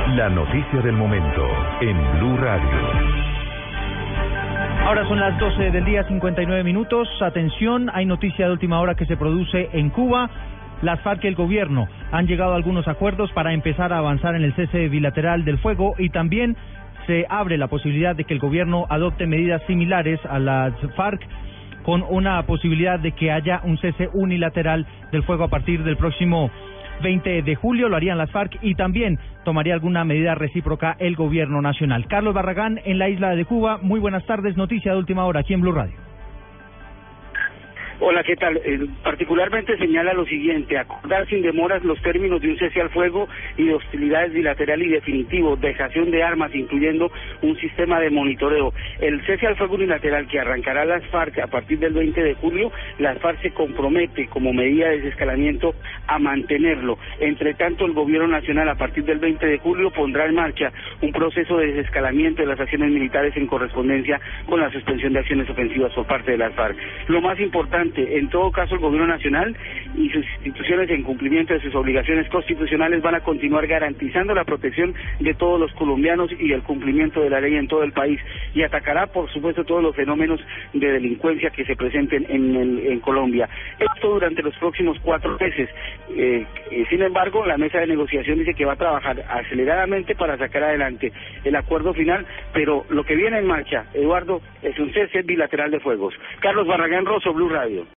La noticia del momento en Blue Radio. Ahora son las 12 del día, 59 minutos. Atención, hay noticia de última hora que se produce en Cuba. Las FARC y el gobierno han llegado a algunos acuerdos para empezar a avanzar en el cese bilateral del fuego, y también se abre la posibilidad de que el gobierno adopte medidas similares a las FARC, con una posibilidad de que haya un cese unilateral del fuego a partir del próximo 20 de julio. Lo harían las FARC y también tomaría alguna medida recíproca el gobierno nacional. Carlos Barragán, en la isla de Cuba. Muy buenas tardes, noticia de última hora aquí en Blue Radio. Hola, ¿qué tal? Particularmente señala lo siguiente: acordar sin demoras los términos de un cese al fuego y de hostilidades bilateral y definitivo, dejación de armas, incluyendo un sistema de monitoreo. El cese al fuego unilateral que arrancará las FARC a partir del 20 de julio, las FARC se compromete como medida de desescalamiento a mantenerlo. Entre tanto, el gobierno nacional a partir del 20 de julio pondrá en marcha un proceso de desescalamiento de las acciones militares en correspondencia con la suspensión de acciones ofensivas por parte de las FARC. Lo más importante, en todo caso, el gobierno nacional y sus instituciones, en cumplimiento de sus obligaciones constitucionales, van a continuar garantizando la protección de todos los colombianos y el cumplimiento de la ley en todo el país, y atacará, por supuesto, todos los fenómenos de delincuencia que se presenten en Colombia. Esto durante los próximos 4 meses. Sin embargo, la mesa de negociación dice que va a trabajar aceleradamente para sacar adelante el acuerdo final, pero lo que viene en marcha, Eduardo, es un cese bilateral de fuegos. Carlos Barragán Rosso, Blue Radio.